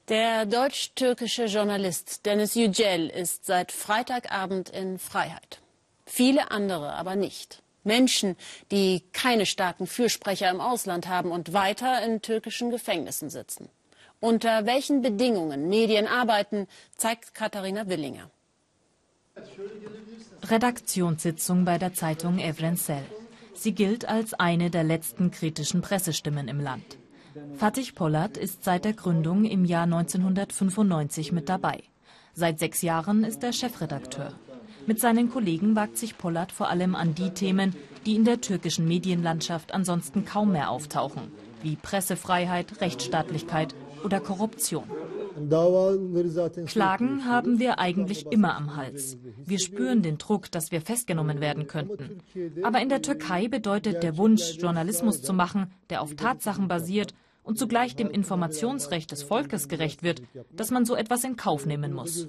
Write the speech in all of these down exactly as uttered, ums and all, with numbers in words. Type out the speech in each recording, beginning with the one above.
Der deutsch-türkische Journalist Deniz Yücel ist seit Freitagabend in Freiheit. Viele andere aber nicht. Menschen, die keine starken Fürsprecher im Ausland haben und weiter in türkischen Gefängnissen sitzen. Unter welchen Bedingungen Medien arbeiten, zeigt Katharina Willinger. Redaktionssitzung bei der Zeitung Evrensel. Sie gilt als eine der letzten kritischen Pressestimmen im Land. Fatih Polat ist seit der Gründung im Jahr neunzehnhundertfünfundneunzig mit dabei. Seit sechs Jahren ist er Chefredakteur. Mit seinen Kollegen wagt sich Polat vor allem an die Themen, die in der türkischen Medienlandschaft ansonsten kaum mehr auftauchen, wie Pressefreiheit, Rechtsstaatlichkeit oder Korruption. Klagen haben wir eigentlich immer am Hals. Wir spüren den Druck, dass wir festgenommen werden könnten. Aber in der Türkei bedeutet der Wunsch, Journalismus zu machen, der auf Tatsachen basiert und zugleich dem Informationsrecht des Volkes gerecht wird, dass man so etwas in Kauf nehmen muss.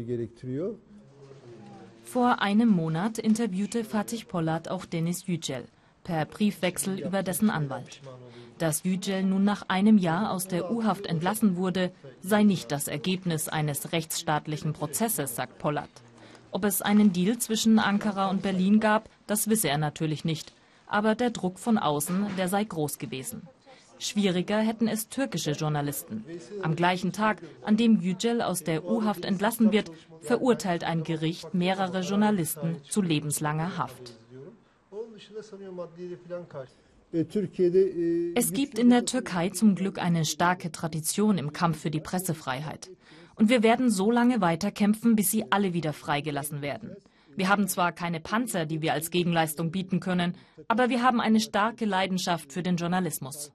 Vor einem Monat interviewte Fatih Polat auch Deniz Yücel per Briefwechsel über dessen Anwalt. Dass Yücel nun nach einem Jahr aus der U-Haft entlassen wurde, sei nicht das Ergebnis eines rechtsstaatlichen Prozesses, sagt Polat. Ob es einen Deal zwischen Ankara und Berlin gab, das wisse er natürlich nicht. Aber der Druck von außen, der sei groß gewesen. Schwieriger hätten es türkische Journalisten. Am gleichen Tag, an dem Yücel aus der U-Haft entlassen wird, verurteilt ein Gericht mehrere Journalisten zu lebenslanger Haft. Es gibt in der Türkei zum Glück eine starke Tradition im Kampf für die Pressefreiheit. Und wir werden so lange weiterkämpfen, bis sie alle wieder freigelassen werden. Wir haben zwar keine Panzer, die wir als Gegenleistung bieten können, aber wir haben eine starke Leidenschaft für den Journalismus.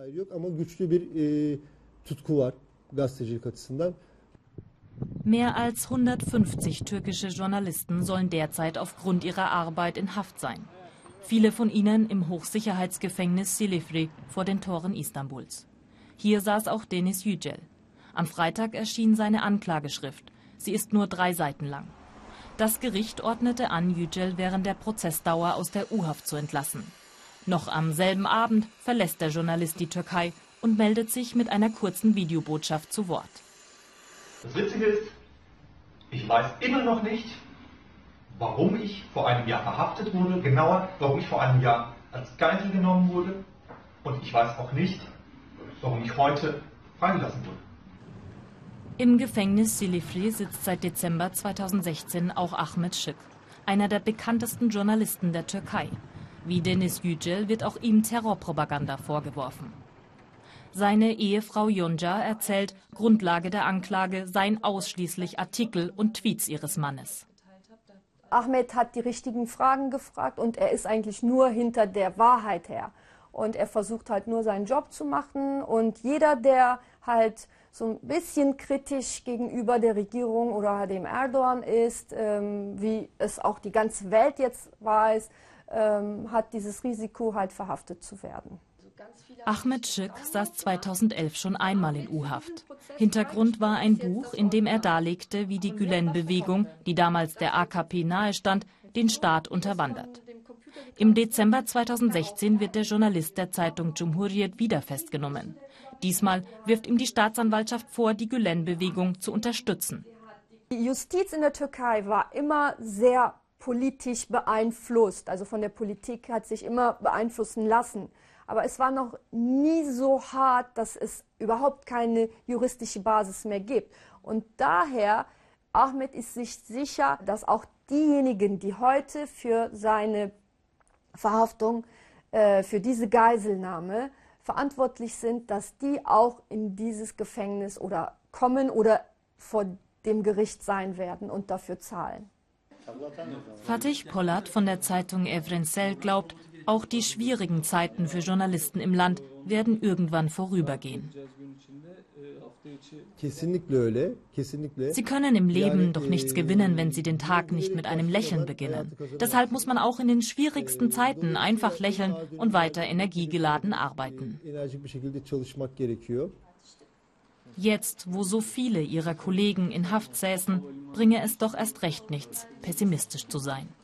Mehr als hundertfünfzig türkische Journalisten sollen derzeit aufgrund ihrer Arbeit in Haft sein. Viele von ihnen im Hochsicherheitsgefängnis Silivri vor den Toren Istanbuls. Hier saß auch Deniz Yücel. Am Freitag erschien seine Anklageschrift. Sie ist nur drei Seiten lang. Das Gericht ordnete an, Yücel während der Prozessdauer aus der U-Haft zu entlassen. Noch am selben Abend verlässt der Journalist die Türkei und meldet sich mit einer kurzen Videobotschaft zu Wort. Das Witzige ist, ich weiß immer noch nicht, warum ich vor einem Jahr verhaftet wurde, genauer, warum ich vor einem Jahr als Geisel genommen wurde. Und ich weiß auch nicht, warum ich heute freigelassen wurde. Im Gefängnis Silivri sitzt seit Dezember zweitausendsechzehn auch Ahmet Şık, einer der bekanntesten Journalisten der Türkei. Wie Deniz Yücel wird auch ihm Terrorpropaganda vorgeworfen. Seine Ehefrau Yonca erzählt, Grundlage der Anklage seien ausschließlich Artikel und Tweets ihres Mannes. Ahmet hat die richtigen Fragen gefragt und er ist eigentlich nur hinter der Wahrheit her. Und er versucht halt nur seinen Job zu machen und jeder, der halt so ein bisschen kritisch gegenüber der Regierung oder dem Erdogan ist, ähm, wie es auch die ganze Welt jetzt weiß, ähm, hat dieses Risiko halt verhaftet zu werden. Ahmet Şık saß zweitausendelf schon einmal in U-Haft. Hintergrund war ein Buch, in dem er darlegte, wie die Gülen-Bewegung, die damals der A K P nahestand, den Staat unterwandert. Im Dezember zweitausendsechzehn wird der Journalist der Zeitung Cumhuriyet wieder festgenommen. Diesmal wirft ihm die Staatsanwaltschaft vor, die Gülen-Bewegung zu unterstützen. Die Justiz in der Türkei war immer sehr politisch beeinflusst. Also von der Politik hat sich immer beeinflussen lassen. Aber es war noch nie so hart, dass es überhaupt keine juristische Basis mehr gibt. Und daher, Ahmet ist sich sicher, dass auch diejenigen, die heute für seine Verhaftung, äh, für diese Geiselnahme verantwortlich sind, dass die auch in dieses Gefängnis oder kommen oder vor dem Gericht sein werden und dafür zahlen. Fatih Polat von der Zeitung Evrensel glaubt, auch die schwierigen Zeiten für Journalisten im Land werden irgendwann vorübergehen. Sie können im Leben doch nichts gewinnen, wenn sie den Tag nicht mit einem Lächeln beginnen. Deshalb muss man auch in den schwierigsten Zeiten einfach lächeln und weiter energiegeladen arbeiten. Jetzt, wo so viele ihrer Kollegen in Haft säßen, bringe es doch erst recht nichts, pessimistisch zu sein.